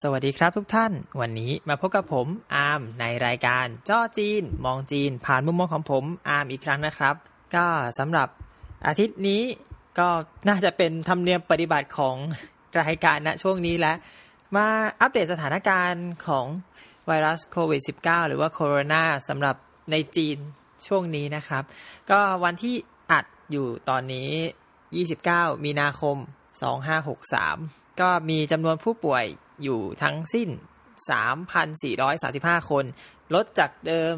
วัสดีครับทุกท่านวันนี้มาพบกับผมอาร์มในรายการจ้อจีนมองจีนผ่านมุมมองของผมอาร์มอีกครั้งนะครับก็สำหรับอาทิตย์นี้ก็น่าจะเป็นธรรมเนียมปฏิบัติของรายการณช่วงนี้แล้วมาอัปเดตสถานการณ์ของไวรัสโควิด -19 หรือว่าโคโรนาสำหรับในจีนช่วงนี้นะครับก็วันที่อัดอยู่ตอนนี้29มีนาคม2563ก็มีจำนวนผู้ป่วยอยู่ทั้งสิ้น 3,435 คนลดจากเดิม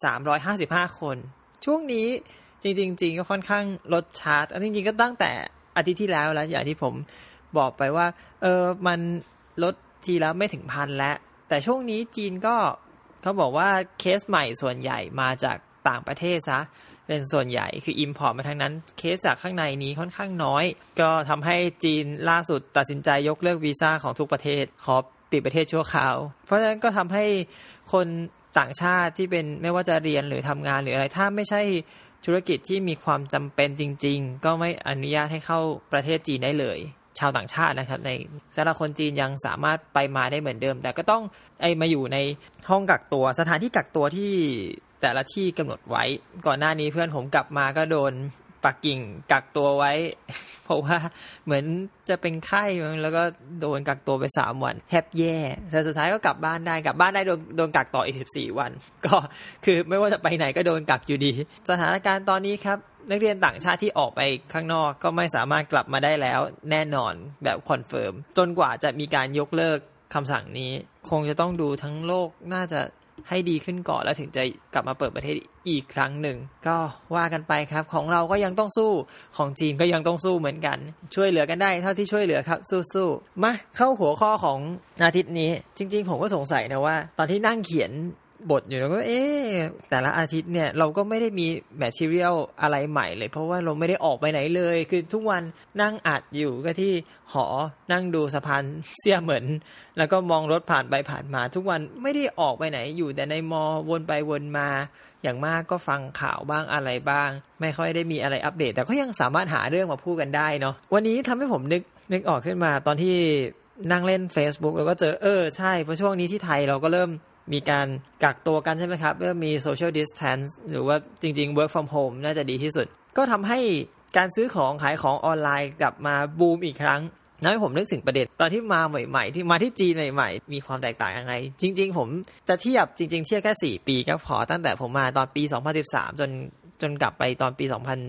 355คนช่วงนี้จริงๆก็ค่อนข้างลดช้าจริงๆก็ตั้งแต่อาทิตย์ที่แล้วอย่างที่ผมบอกไปว่ามันลดทีแล้วไม่ถึงพันแล้วแต่ช่วงนี้จีนก็เขาบอกว่าเคสใหม่ส่วนใหญ่มาจากต่างประเทศซะเป็นส่วนใหญ่คือ import มาทั้งนั้นเคสจากข้างในนี้ค่อนข้างน้อยก็ทำให้จีนล่าสุดตัดสินใจยกเลิกวีซ่าของทุกประเทศขอปิดประเทศชั่วคราวเพราะฉะนั้นก็ทำให้คนต่างชาติที่เป็นไม่ว่าจะเรียนหรือทำงานหรืออะไรถ้าไม่ใช่ธุรกิจที่มีความจำเป็นจริงๆก็ไม่อนุญาตให้เข้าประเทศจีนได้เลยชาวต่างชาตินะครับในสำหรับคนจีนยังสามารถไปมาได้เหมือนเดิมแต่ก็ต้องมาอยู่ในห้องกักตัวสถานที่กักตัวที่แต่ละที่กำหนดไว้ก่อนหน้านี้เพื่อนผมกลับมาก็โดนปักกิ่งกักตัวไว้เพราะว่าเหมือนจะเป็นไข้แล้วก็โดนกักตัวไป3วันแทบแย่แต่สุดท้ายก็กลับบ้านได้โดนกักต่ออีก14วันก็คือไม่ว่าจะไปไหนก็โดนกักอยู่ดีสถานการณ์ตอนนี้ครับนักเรียนต่างชาติที่ออกไปข้างนอกก็ไม่สามารถกลับมาได้แล้วแน่นอนแบบคอนเฟิร์มจนกว่าจะมีการยกเลิกคำสั่งนี้คงจะต้องดูทั้งโลกน่าจะให้ดีขึ้นก่อนแล้วถึงจะกลับมาเปิดประเทศอีกครั้งหนึ่งก็ว่ากันไปครับของเราก็ยังต้องสู้ของจีนก็ยังต้องสู้เหมือนกันช่วยเหลือกันได้เท่าที่ช่วยเหลือครับสู้ๆมาเข้าหัวข้อของอาทิตย์นี้จริงๆผมก็สงสัยนะว่าตอนที่นั่งเขียนบทอยู่แล้วก็แต่ละอาทิตย์เนี่ยเราก็ไม่ได้มีแมททีเรียลอะไรใหม่เลยเพราะว่าเราไม่ได้ออกไปไหนเลยคือทุกวันนั่งอัดอยู่ก็ที่หอนั่งดูสะพานเสี่ยเหมินแล้วก็มองรถผ่านไปผ่านมาทุกวันไม่ได้ออกไปไหนอยู่แต่ในมอวนไปวนมาอย่างมากก็ฟังข่าวบ้างอะไรบ้างไม่ค่อยได้มีอะไรอัปเดตแต่ก็ยังสามารถหาเรื่องมาพูดกันได้เนาะวันนี้ทำให้ผมนึกออกขึ้นมาตอนที่นั่งเล่น Facebook แล้วก็เจอใช่เพราะช่วงนี้ที่ไทยเราก็เริ่มมีการกักตัวกันใช่ไหมครับเริ่มมี social distance หรือว่าจริงๆ work from home น่าจะดีที่สุดก็ทำให้การซื้อของขายของออนไลน์กลับมาบูมอีกครั้งทำให้ผมนึกถึงประเด็นตอนที่มาใหม่ๆที่มาที่จีนใหม่ๆมีความแตกต่างยังไงจริงๆผมจะเทียบจริงๆเทียบแค่4ปีก็พอตั้งแต่ผมมาตอนปี2013จนกลับไปตอนปี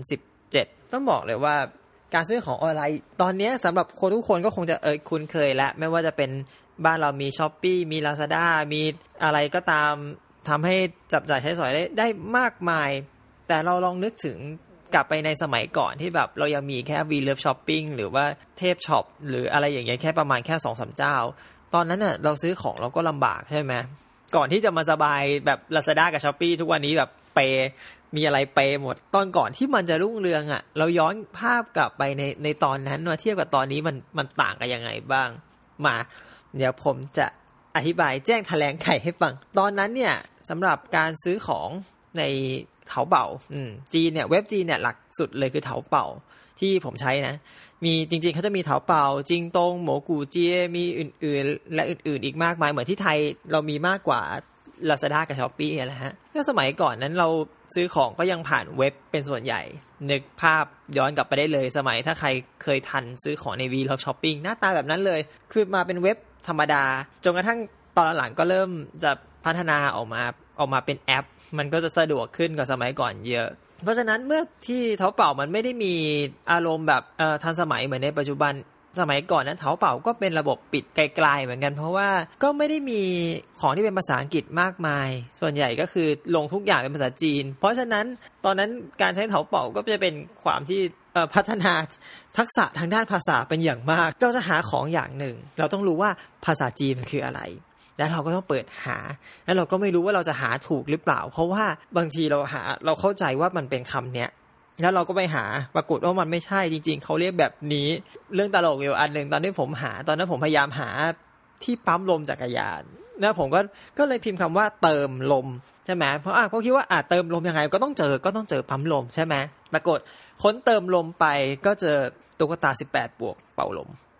2017ต้องบอกเลยว่าการซื้อของออนไลน์ตอนนี้สำหรับคนทุกคนก็คงจะคุ้นเคยแล้วไม่ว่าจะเป็นบ้านเรามี Shopee มี Lazada มีอะไรก็ตามทำให้จับจ่ายใช้สอยได้มากมายแต่เราลองนึกถึงกลับไปในสมัยก่อนที่แบบเรายังมีแค่ We Love Shopping หรือว่าเทพช็อปหรืออะไรอย่างเงี้ยแค่ประมาณแค่ 2-3 เจ้าตอนนั้นน่ะเราซื้อของเราก็ลำบากใช่ไหมก่อนที่จะมาสบายแบบ Lazada กับ Shopee ทุกวันนี้แบบเปมีอะไรเปหมดตอนก่อนที่มันจะรุ่งเรืองอ่ะเราย้อนภาพกลับไปในตอนนั้นมาเทียบกับตอนนี้มันต่างกันยังไงบ้างมาเดี๋ยวผมจะอธิบายแจ้งแถลงไขให้ฟังตอนนั้นเนี่ยสำหรับการซื้อของในเถาเป่าจีนเนี่ยเว็บจีนเนี่ยหลักสุดเลยคือเถาเป่าที่ผมใช้นะมีจริงๆเขาจะมีเถาเป่าจิงตงหมูกูเจียมีอื่นๆและอื่นๆอีกมากมายเหมือนที่ไทยเรามีมากกว่า Lazada กับ Shopee แหละฮะก็สมัยก่อนนั้นเราซื้อของก็ยังผ่านเว็บเป็นส่วนใหญ่นึกภาพย้อนกลับไปได้เลยสมัยถ้าใครเคยทันซื้อของใน We Love Shopping หน้าตาแบบนั้นเลยคือมาเป็นเว็บธรรมดาจนกระทั่งตอนหลังก็เริ่มจะพัฒนาออกมาเป็นแอปมันก็จะสะดวกขึ้นกว่าสมัยก่อนเยอะเพราะฉะนั้นเมื่อที่เถาเป่ามันไม่ได้มีอารมณ์แบบทันสมัยเหมือนในปัจจุบันสมัยก่อนนั้นเถาเป่าก็เป็นระบบปิดไกลๆเหมือนกันเพราะว่าก็ไม่ได้มีของที่เป็นภาษาอังกฤษมากมายส่วนใหญ่ก็คือลงทุกอย่างเป็นภาษาจีนเพราะฉะนั้นตอนนั้นการใช้เถาเป่าก็จะเป็นความที่พัฒนาทักษะทางด้านภาษาเป็นอย่างมากเราจะหาของอย่างหนึ่งเราต้องรู้ว่าภาษาจีนมันคืออะไรแล้วเราก็ต้องเปิดหาแล้วเราก็ไม่รู้ว่าเราจะหาถูกหรือเปล่าเพราะว่าบางทีเราเข้าใจว่ามันเป็นคำเนี้ยแล้วเราก็ไปหาปรากฏว่ามันไม่ใช่จริงๆเขาเรียกแบบนี้เรื่องตลกอยู่อันนึงตอนที่ผมหาตอนนั้นผมพยายามหาที่ปั๊มลมจักรยานแล้วผมก็เลยพิมพ์คำว่าเติมลมใช่ไหมเพราะคิดว่าเติมลมยังไงก็ต้องเจอปั๊มลมใช่ไหมปรากฏค้นเติมลมไปก็เจอตุ๊กตา18บวกเป่าลม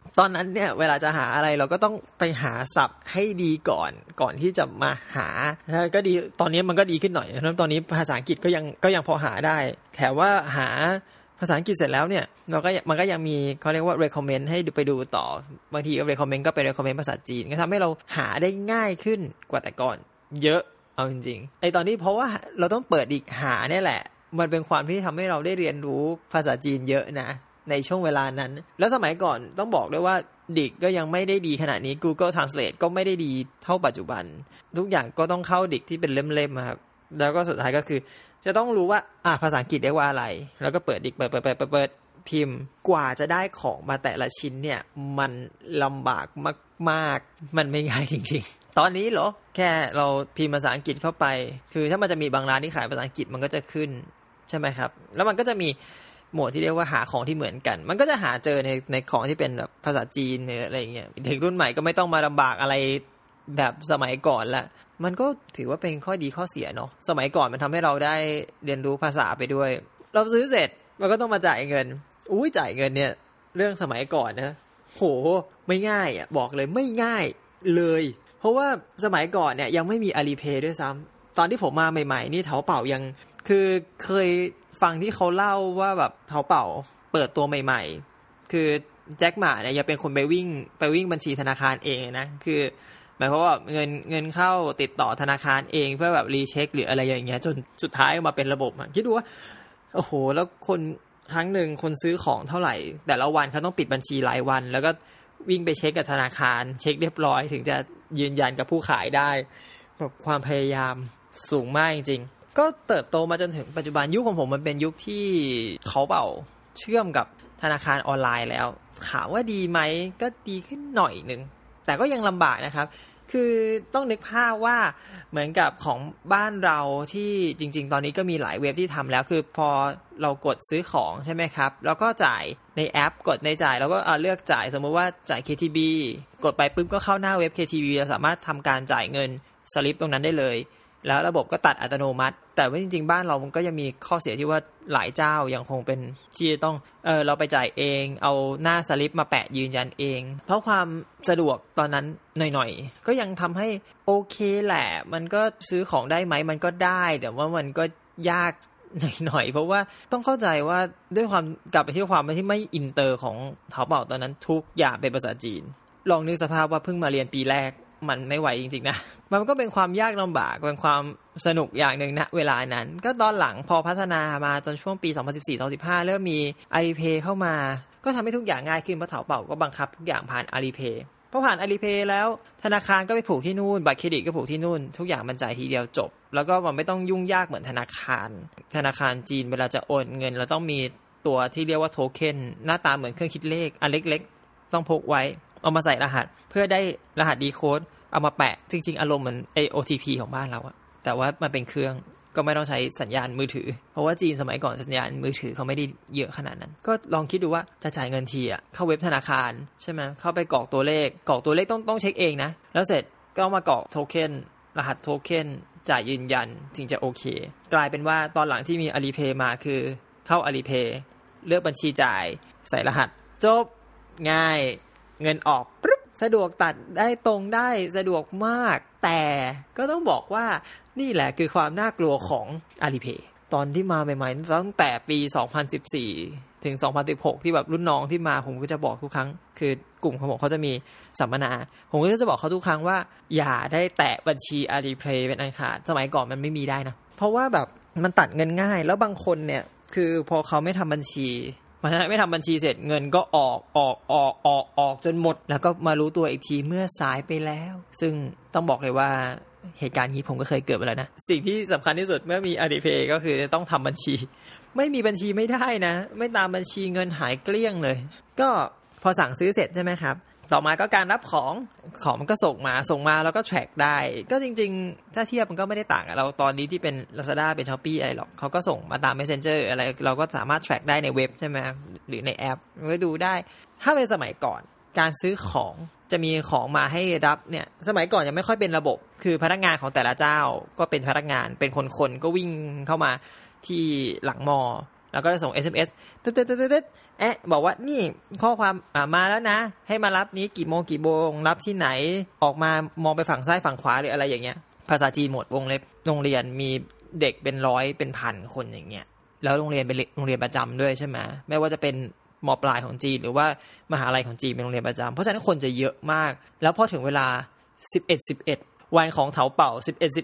ตอนนั้นเนี่ยเวลาจะหาอะไรเราก็ต้องไปหาศัพท์ให้ดีก่อนที่จะมาหาก็ดีตอนนี้มันก็ดีขึ้นหน่อยนะตอนนี้ภาษาอังกฤษก็ยังพอหาได้แต่ว่าหาภาษาอังกฤษเสร็จแล้วเนี่ยมันก็ยังมีเขาเรียกว่า recommend ให้ไปดูต่อบางที recommend ก็ไป recommend ภาษาจีนก็ทำให้เราหาได้ง่ายขึ้นกว่าแต่ก่อนเยอะเอาจริงๆไอตอนนี้เพราะว่าเราต้องเปิดอีกหาเนี่ยแหละมันเป็นความที่ทำให้เราได้เรียนรู้ภาษาจีนเยอะนะในช่วงเวลานั้นแล้วสมัยก่อนต้องบอกด้วยว่าดิกก็ยังไม่ได้ดีขนาดนี้ Google Translate ก็ไม่ได้ดีเท่าปัจจุบันทุกอย่างก็ต้องเข้าดิกที่เป็นเล่มๆครับแล้วก็สุดท้ายก็คือจะต้องรู้ว่าภาษาอังกฤษเรียกว่าอะไรแล้วก็เปิดดิกเปิดพิมพ์กว่าจะได้ของมาแต่ละชิ้นเนี่ยมันลำบากมากๆมันไม่ง่ายจริงๆตอนนี้เหรอแค่เราพิมพ์ภาษาอังกฤษเข้าไปคือถ้ามันจะมีบางร้านที่ขายภาษาอังกฤษมันก็จะขึ้นใช่ไหมครับแล้วมันก็จะมีหมวดที่เรียกว่าหาของที่เหมือนกันมันก็จะหาเจอในของที่เป็นแบบภาษาจีนอะไรอย่างเงี้ยเด็กรุ่นใหม่ก็ไม่ต้องมาลำบากอะไรแบบสมัยก่อนละมันก็ถือว่าเป็นข้อดีข้อเสียเนาะสมัยก่อนมันทำให้เราได้เรียนรู้ภาษาไปด้วยเราซื้อเสร็จมันก็ต้องมาจ่ายเงินจ่ายเงินเนี่ยเรื่องสมัยก่อนนะโหไม่ง่ายอ่ะบอกเลยไม่ง่ายเลยเพราะว่าสมัยก่อนเนี่ยยังไม่มี Alipay ด้วยซ้ำตอนที่ผมมาใหม่ๆนี่เถาเป่ายังคือเคยฟังที่เขาเล่าว่าแบบเถาเป่าเปิดตัวใหม่ๆคือแจ็คหม่าเนี่ยยังเป็นคนไปวิ่งบัญชีธนาคารเองนะคือหมายความว่าเงินเข้าติดต่อธนาคารเองเพื่อแบบรีเช็คหรืออะไรอย่างเงี้ยจนสุดท้ายมาเป็นระบบคิดดูว่าโอ้โหแล้วคนครั้งหนึ่งคนซื้อของเท่าไหร่แต่ละวันเขาต้องปิดบัญชีรายวันแล้วก็วิ่งไปเช็คกับธนาคารเช็คเรียบร้อยถึงจะยืนยันกับผู้ขายได้แบบความพยายามสูงมากจริงๆก็เติบโตมาจนถึงปัจจุบันยุคของผมมันเป็นยุคที่เขาเชื่อมกับธนาคารออนไลน์แล้วถามว่าดีไหมก็ดีขึ้นหน่อยนึงแต่ก็ยังลำบากนะครับคือต้องนึกภาพว่าเหมือนกับของบ้านเราที่จริงๆตอนนี้ก็มีหลายเว็บที่ทำแล้วคือพอเรากดซื้อของใช่ไหมครับแล้วก็จ่ายในแอปกดในจ่ายแล้วก็เลือกจ่ายสมมติว่าจ่าย KTB กดไปปุ๊บก็เข้าหน้าเว็บ KTB เราสามารถทำการจ่ายเงินสลิปตรงนั้นได้เลยแล้วระบบก็ตัดอัตโนมัติแต่ว่าจริงๆบ้านเรามันก็ยังมีข้อเสียที่ว่าหลายเจ้ายังคงเป็นที่จะต้องเราไปจ่ายเองเอาหน้าสลิปมาแปะยืนยันเองเพราะความสะดวกตอนนั้นหน่อยๆก็ยังทำให้โอเคแหละมันก็ซื้อของได้ไหมมันก็ได้แต่ว่ามันก็ยากหน่อยๆเพราะว่าต้องเข้าใจว่าด้วยความกลับไปที่ความที่ไม่อินเตอร์ของเถาเป่าตอนนั้นทุกอย่างเป็นภาษาจีนลองนึกสภาพว่าเพิ่งมาเรียนปีแรกมันไม่ไหวจริงๆนะมันก็เป็นความยากลำบากเป็นความสนุกอย่างหนึ่งนะเวลานั้นก็ตอนหลังพอพัฒนามาตอนช่วงปี 2014-2015 เริ่มมี Alipay เข้ามาก็ทำให้ทุกอย่างง่ายขึ้นเพราะเถาเป่าก็บังคับทุกอย่างผ่าน Alipay พอผ่าน Alipay แล้วธนาคารก็ไปผูกที่นู่นบัตรเครดิตก็ผูกที่นู่นทุกอย่างมันจ่ายทีเดียวจบแล้วก็มันไม่ต้องยุ่งยากเหมือนธนาคารจีนเวลาจะโอนเงินเราต้องมีตัวที่เรียกว่าโทเค็นหน้าตาเหมือนเครื่องคิดเลขอันเล็กๆต้องพกไว้เอามาใส่รหัสเพื่อได้รหัสดีโค้ดเอามาแปะจริงๆอารมณ์เหมือน OTP ของบ้านเราอะแต่ว่ามันเป็นเครื่องก็ไม่ต้องใช้สัญญาณมือถือเพราะว่าจีนสมัยก่อนสัญญาณมือถือเขาไม่ได้เยอะขนาดนั้นก็ลองคิดดูว่าจะจ่ายเงินทีอะเข้าเว็บธนาคารใช่ไหมเข้าไปกรอกตัวเลขต้องเช็คเองนะแล้วเสร็จก็มากรอกโทเค็นรหัสโทเค็นจ่ายยืนยันถึงจะโอเคกลายเป็นว่าตอนหลังที่มี Alipay มาคือเข้า Alipay เลือกบัญชีจ่ายใส่รหัสจบง่ายเงินออกปุ๊บสะดวกตัดได้ตรงได้สะดวกมากแต่ก็ต้องบอกว่านี่แหละคือความน่ากลัวของ Alipay ตอนที่มาใหม่ๆตั้งแต่ปี 2014 ถึง 2016 ที่แบบรุ่นน้องที่มาผมก็จะบอกทุกครั้งคือกลุ่มของผมเขาจะมีสัมมนาผมก็จะบอกเขาทุกครั้งว่าอย่าได้แตะบัญชี Alipay เป็นอันขาดสมัยก่อนมันไม่มีได้นะเพราะว่าแบบมันตัดเงินง่ายแล้วบางคนเนี่ยคือพอเขาไม่ทำบัญชีไม่ทำบัญชีเสร็จเงินก็ออกจนหมดแล้วก็มารู้ตัวอีกทีเมื่อสายไปแล้วซึ่งต้องบอกเลยว่าเหตุการณ์นี้ผมก็เคยเกิดมาแล้วนะสิ่งที่สำคัญที่สุดเมื่อมี Alipay ก็คือต้องทำบัญชีไม่มีบัญชีไม่ได้นะไม่ตามบัญชีเงินหายเกลี้ยงเลยก็พอสั่งซื้อเสร็จใช่ไหมครับต่อมาก็การรับของมันก็ส่งมาแล้วก็ track ได้ก็จริงๆถ้าเทียบมันก็ไม่ได้ต่างกับเราตอนนี้ที่เป็น Lazada เป็น Shopee อะไรหรอกเขาก็ส่งมาตาม Messenger อะไรเราก็สามารถ track ได้ในเว็บใช่ไหมหรือในแอปก็ดูได้ถ้าเป็นสมัยก่อนการซื้อของจะมีของมาให้รับเนี่ยสมัยก่อนยังไม่ค่อยเป็นระบบคือพนักงานของแต่ละเจ้าก็เป็นพนักงานเป็นคนก็วิ่งเข้ามาที่หลังมอแล้วก็จะส่ง SMS ตึ๊ดๆๆบอกว่านี่ข้อความมาแล้วนะให้มารับนี้กี่โมงรับที่ไหนออกมามองไปฝั่งซ้ายฝั่งขวาหรืออะไรอย่างเงี้ยภาษาจีนหมดวงเล็บโรงเรียนมีเด็กเป็นร้อยเป็นพันคนอย่างเงี้ยแล้วโรงเรียนเป็นโรงเรียนประจำด้วยใช่ไหมไม่ว่าจะเป็นม.ปลายของจีนหรือว่ามหาลัยของจีนเป็นโรงเรียนประจำเพราะฉะนั้นคนจะเยอะมากแล้วพอถึงเวลา11วันของเถาเป่า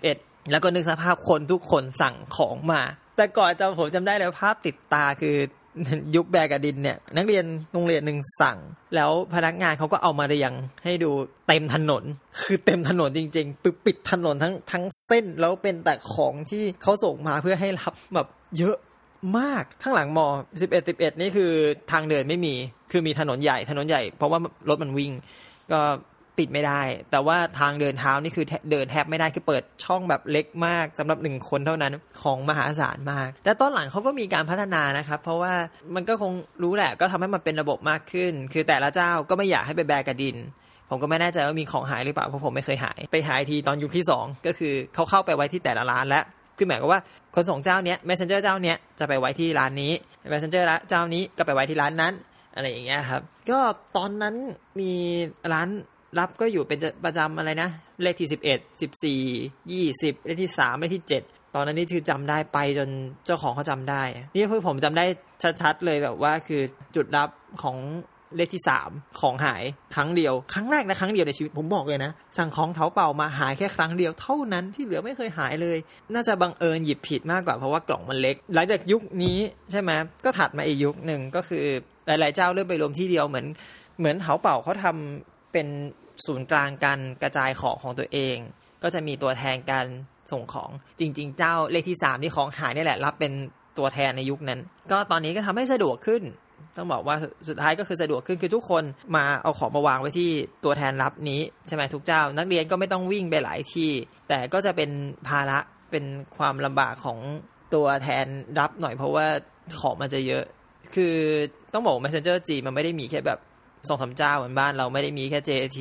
11แล้วก็นึกสภาพคนทุกคนสั่งของมาแต่ก่อนผมจำได้เลยภาพติดตาคือยุคแบกดินเนี่ยนักเรียนโรงเรียนนึงสั่งแล้วพนักงานเขาก็เอามาเรียงให้ดูเต็มถนนคือเต็มถนนจริงๆปิดถนนทั้งเส้นแล้วเป็นแต่ของที่เขาส่งมาเพื่อให้รับแบบเยอะมากข้างหลังม11นี่คือทางเดินไม่มีคือมีถนนใหญ่เพราะว่ารถมันวิ่งก็ปิดไม่ได้แต่ว่าทางเดินเท้านี่คือเดินแทบไม่ได้คือเปิดช่องแบบเล็กมากสำหรับ1คนเท่านั้นของมหาศาลมากแต่ตอนหลังเขาก็มีการพัฒนานะครับเพราะว่ามันก็คงรู้แหละก็ทำให้มันเป็นระบบมากขึ้นคือแต่ละเจ้าก็ไม่อยากให้ไปแบกกระดินผมก็ไม่แน่ใจว่ามีของหายหรือเปล่าเพราะผมไม่เคยหายไปหายทีตอนยุคที่2ก็คือเขาเข้าไปไว้ที่แต่ละร้านแล้วคือหมายความว่าคนส่งเจ้าเนี้ย Messenger เจ้าเนี้ยจะไปไว้ที่ร้านนี้ Messenger เจ้านี้ก็ไปไว้ที่ร้านนั้นอะไรอย่างเงี้ยครับก็ตอนนั้นมีร้านรับก็อยู่เป็นประจำอะไรนะเลขที่11 14 20เลขที่3เลขที่7ตอนนั้นนี่คือจำได้ไปจนเจ้าของเขาจำได้นี่คือผมจำได้ชัดๆเลยแบบว่าคือจุดรับของเลขที่3ของหายครั้งเดียวครั้งแรกนะครั้งเดียวในชีวิตผมบอกเลยนะสั่งของเถาเป่ามาหายแค่ครั้งเดียวเท่านั้นที่เหลือไม่เคยหายเลยน่าจะบังเอิญหยิบผิดมากกว่าเพราะว่ากล่องมันเล็กหลังจากยุคนี้ใช่ไหมก็ถัดมาอีกยุคนึงก็คือหลายๆเจ้าเริ่มไปรวมที่เดียวเหมือนเถาเป่าเขาทำเป็นศูนย์กลางการกระจายของตัวเองก็จะมีตัวแทนการส่งของจริงๆเจ้าเลขที่3ที่ของหายนี่แหละรับเป็นตัวแทนในยุคนั้นก็ตอนนี้ก็ทำให้สะดวกขึ้นต้องบอกว่าสุดท้ายก็คือสะดวกขึ้นคือทุกคนมาเอาของมาวางไว้ที่ตัวแทนรับนี้ใช่ไหมทุกเจ้านักเรียนก็ไม่ต้องวิ่งไปหลายที่แต่ก็จะเป็นภาระเป็นความลำบากของตัวแทนรับหน่อยเพราะว่าของมันจะเยอะคือต้องบอก Messenger G มันไม่ได้มีแค่แบบ2-3 เจ้าเหมือนบ้านเราไม่ได้มีแค่ JT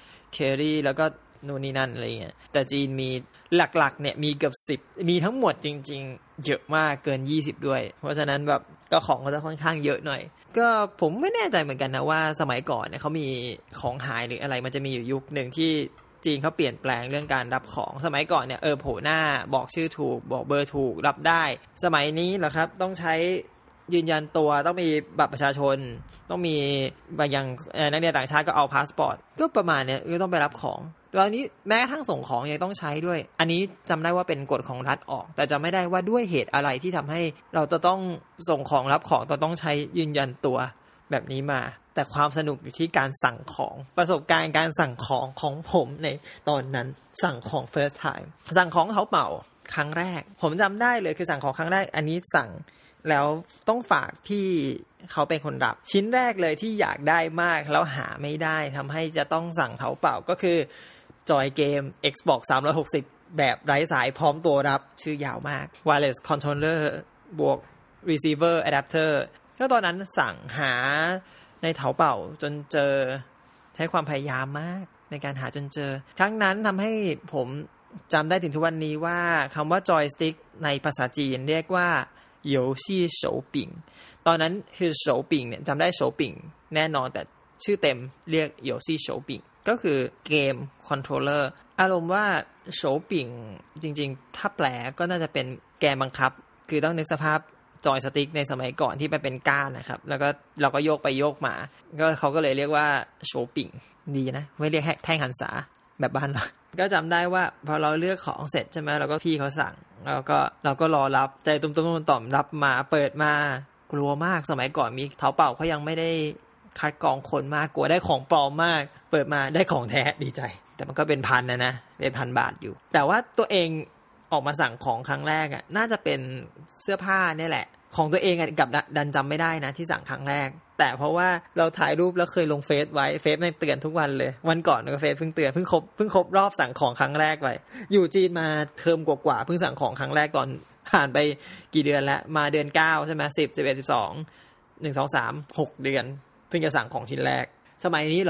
Carry แล้วก็นู่นนี่นั่นอะไรเงี้ยแต่จีนมีหลักๆเนี่ยมีเกือบ10มีทั้งหมดจริงๆเยอะมากเกิน20ด้วยเพราะฉะนั้นแบบก็ของก็จะค่อนข้างเยอะหน่อยก็ผมไม่แน่ใจเหมือนกันนะว่าสมัยก่อนเนี่ยเขามีของหายหรืออะไรมันจะมีอยู่ยุคหนึ่งที่จีนเขาเปลี่ยนแปลงเรื่องการรับของสมัยก่อนเนี่ยโผล่หน้าบอกชื่อถูกบอกเบอร์ถูกรับได้สมัยนี้เหรอครับต้องใช้ยืนยันตัวต้องมีบัตรประชาชนต้องมีบางอย่างนักเรียนต่างชาติก็เอาพาสปอร์ตก็ประมาณเนี้ยก็ต้องไปรับของตอนนี้แม้กระทั่งส่งของยังต้องใช้ด้วยอันนี้จำได้ว่าเป็นกฎของรัฐออกแต่จำไม่ได้ว่าด้วยเหตุอะไรที่ทำให้เราจะต้องส่งของรับของต้องใช้ยืนยันตัวแบบนี้มาแต่ความสนุกอยู่ที่การสั่งของประสบการณ์การสั่งของผมในตอนนั้นสั่งของ first time สั่งของเถาเป่าครั้งแรกผมจำได้เลยคือสั่งของครั้งแรกอันนี้สั่งแล้วต้องฝากพี่เขาเป็นคนรับชิ้นแรกเลยที่อยากได้มากแล้วหาไม่ได้ทำให้จะต้องสั่งเถาเป่าก็คือจอยเกม Xbox 360แบบไร้สายพร้อมตัวรับชื่อยาวมาก Wireless Controller บวก Receiver Adapter ก็ตอนนั้นสั่งหาในเถาเป่าจนเจอใช้ความพยายามมากในการหาจนเจอครั้งนั้นทำให้ผมจำได้ถึงทุกวันนี้ว่าคำว่าจอยสติ๊กในภาษาจีนเรียกว่า游戏手柄ตอนนั้นคือ手柄เนี่ยจำได้手柄แน่นอนแต่ชื่อเต็มเรียก游戏手柄ก็คือเกมคอนโทรลเลอร์อารมณ์ว่า手柄จริงๆถ้าแปลก็น่าจะเป็นแกนบังคับคือต้องนึกสภาพจอยสติ๊กในสมัยก่อนที่มันเป็นก้านนะครับแล้วก็เราก็โยกไปโยกมาก็เขาก็เลยเรียกว่า手柄ดีนะไม่เรียกแท่งหันษาแบบบ้านเราก็จำได้ว่าพอเราเลือกของเสร็จใช่ไหมเราก็พี่เขาสั่งแล้วก็เราก็รอรับใจตุ้มๆต่อมรับมาเปิดมากลัวมากสมัยก่อนมีเถาเป่าเขายังไม่ได้คัดกรองคนมากกลัวได้ของปลอมมากเปิดมาได้ของแท้ดีใจแต่มันก็เป็นพันนะเป็นพันบาทอยู่แต่ว่าตัวเองออกมาสั่งของครั้งแรกอ่ะน่าจะเป็นเสื้อผ้านี่แหละของตัวเองกับดันจำไม่ได้นะที่สั่งครั้งแรกแต่เพราะว่าเราถ่ายรูปแล้วเคยลงเฟซไว้เฟซในเตือนทุกวันเลยวันก่อนก็เฟซเพิ่งเตือนเพิ่งครบรอบสั่งของครั้งแรกไปอยู่จีนมาเทอมกว่าๆเพิ่งสั่งของครั้งแรกตอนผ่านไปกี่เดือนแล้วมาเดือน9ใช่ไหม10 11 12 1 2 3 6เดือนเพิ่งจะสั่งของชิ้นแรกสมัยนี้เหรอ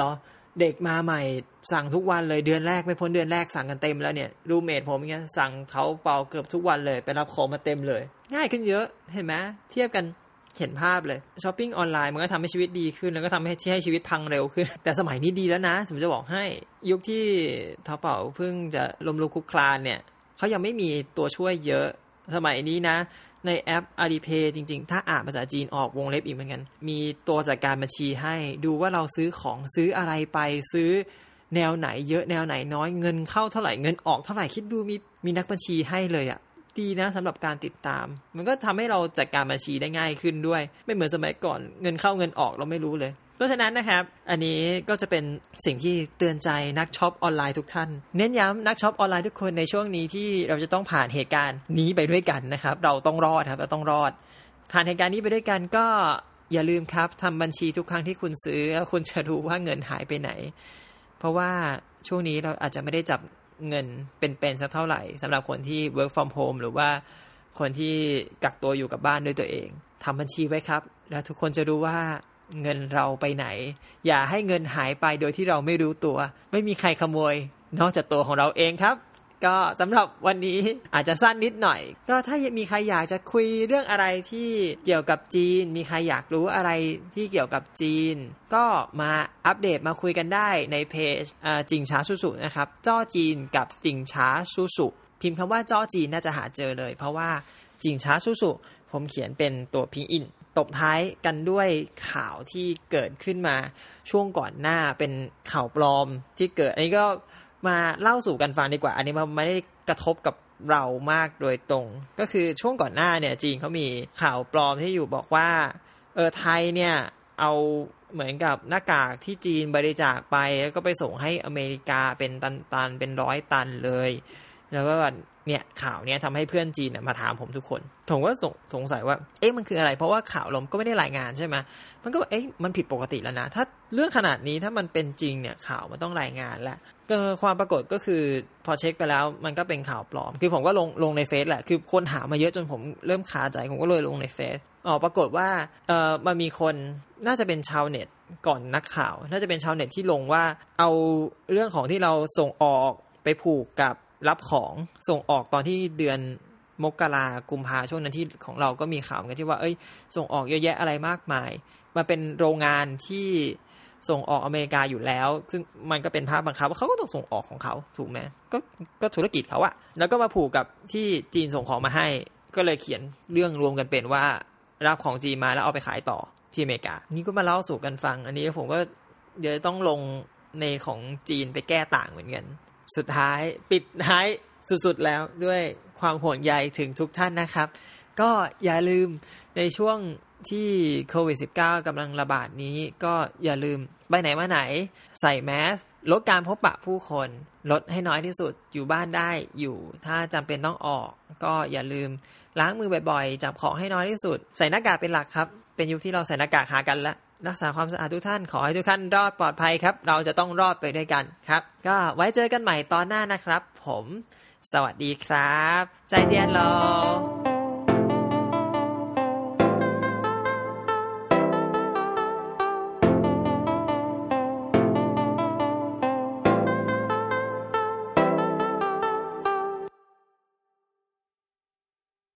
เด็กมาใหม่สั่งทุกวันเลยเดือนแรกไม่พ้นเดือนแรกสั่งกันเต็มแล้วเนี่ยรูเมทผมอย่างเงี้ยสั่งเขาเป่าเกือบทุกวันเลยไปรับของมาเต็มเลยง่ายขึ้นเยอะเห็นไหมเทียบกันเห็นภาพเลยช้อปปิ้งออนไลน์มันก็ทำให้ชีวิตดีขึ้นแล้วก็ทำให้ชีวิตพังเร็วขึ้นแต่สมัยนี้ดีแล้วนะผมจะบอกให้ยุคที่淘宝เพิ่งจะล้มลุกคลุกคลานเนี่ยเขายังไม่มีตัวช่วยเยอะสมัยนี้นะในแอป Alipay จริงๆถ้าอ่านภาษาจีนออกวงเล็บอีกเหมือนกันมีตัวจัดการบัญชีให้ดูว่าเราซื้อของซื้ออะไรไปซื้อแนวไหนเยอะแนวไหนน้อยเงินเข้าเท่าไหร่เงินออกเท่าไหร่คิดดูมีนักบัญชีให้เลยอ่ะดีนะสำหรับการติดตามมันก็ทำให้เราจัดการบัญชีได้ง่ายขึ้นด้วยไม่เหมือนสมัยก่อนเงินเข้าเงินออกเราไม่รู้เลยเพราะฉะนั้นนะครับอันนี้ก็จะเป็นสิ่งที่เตือนใจนักช็อปออนไลน์ทุกท่านเน้นย้ำนักช็อปออนไลน์ทุกคนในช่วงนี้ที่เราจะต้องผ่านเหตุการณ์นี้ไปด้วยกันนะครับเราต้องรอดครับเราต้องรอดผ่านเหตุการณ์นี้ไปด้วยกันก็อย่าลืมครับทำบัญชีทุกครั้งที่คุณซื้อแล้วคุณจะรู้ว่าเงินหายไปไหนเพราะว่าช่วงนี้เราอาจจะไม่ได้จับเงินเป็นสักเท่าไหร่สำหรับคนที่ work from home หรือว่าคนที่กักตัวอยู่กับบ้านด้วยตัวเองทำบัญชีไว้ครับแล้วทุกคนจะรู้ว่าเงินเราไปไหนอย่าให้เงินหายไปโดยที่เราไม่รู้ตัวไม่มีใครขโมยนอกจากตัวของเราเองครับก็สำหรับวันนี้อาจจะสั้นนิดหน่อยก็ถ้ามีใครอยากจะคุยเรื่องอะไรที่เกี่ยวกับจีนมีใครอยากรู้อะไรที่เกี่ยวกับจีนก็มาอัปเดตมาคุยกันได้ในเพจจิงช้าสู้สุนะครับจ้อจีนกับจิงช้าสู้สุพิมพ์คำว่าจ้อจีนน่าจะหาเจอเลยเพราะว่าจิงช้าสู้สุผมเขียนเป็นตัวพิงอินตบท้ายกันด้วยข่าวที่เกิดขึ้นมาช่วงก่อนหน้าเป็นข่าวปลอมที่เกิดอันนี้ก็มาเล่าสู่กันฟังดีกว่าอันนี้มันไม่ได้กระทบกับเรามากโดยตรงก็คือช่วงก่อนหน้าเนี่ยจีนเขามีข่าวปลอมที่อยู่บอกว่าไทยเนี่ยเอาเหมือนกับหน้ากากที่จีนบริจาคไปแล้วก็ไปส่งให้อเมริกาเป็นตันๆเป็น100 ตันเลยแล้วก็เนี่ยข่าวเนี้ยทำให้เพื่อนจีนมาถามผมทุกคนผมก็สงสัยว่ามันคืออะไรเพราะว่าข่าวลมก็ไม่ได้รายงานใช่ไหมมันก็มันผิดปกติแล้วนะถ้าเรื่องขนาดนี้ถ้ามันเป็นจริงเนี่ยข่าวมันต้องรายงานแหละความปรากฏก็คือพอเช็คไปแล้วมันก็เป็นข่าวปลอมคือผมก็ลงในเฟซแหละคือคนถามมาเยอะจนผมเริ่มคาใจผมก็เลยลงในเฟซปรากฏว่ามันมีคนน่าจะเป็นชาวเน็ตก่อนนักข่าวน่าจะเป็นชาวเน็ตที่ลงว่าเอาเรื่องของที่เราส่งออกไปผูกกับรับของส่งออกตอนที่เดือนมกรากุมภาช่วงนั้นที่ของเราก็มีข่าวกันที่ว่าส่งออกเยอะแยะอะไรมากมายมาเป็นโรงงานที่ส่งออกอเมริกาอยู่แล้วซึ่งมันก็เป็นภาคบังคับว่าเขาก็ต้องส่งออกของเขาถูกไหมก็ธุรกิจเขาอะแล้วก็มาผูกกับที่จีนส่งของมาให้ก็เลยเขียนเรื่องรวมกันเป็นว่ารับของจีนมาแล้วเอาไปขายต่อที่อเมริกานี่ก็มาเล่าสู่กันฟังอันนี้ผมก็เดี๋ยวต้องลงในของจีนไปแก้ต่างเหมือนกันสุดท้ายปิดท้ายสุดๆแล้วด้วยความห่วงใยถึงทุกท่านนะครับก็อย่าลืมในช่วงที่โควิด -19 กำลังระบาดนี้ก็อย่าลืมไปไหนมาไหนใส่แมสลดการพบปะผู้คนลดให้น้อยที่สุดอยู่บ้านได้อยู่ถ้าจำเป็นต้องออกก็อย่าลืมล้างมือบ่อยๆจับของให้น้อยที่สุดใส่หน้ากากเป็นหลักครับเป็นยุคที่เราใส่หน้ากากหากันแล้วรักษาความสะอาดทุกท่านขอให้ทุกท่านรอดปลอดภัยครับเราจะต้องรอดไปด้วยกันครับก็ไว้เจอกันใหม่ตอนหน้านะครับผมสวัสดีครับใจเจียนโล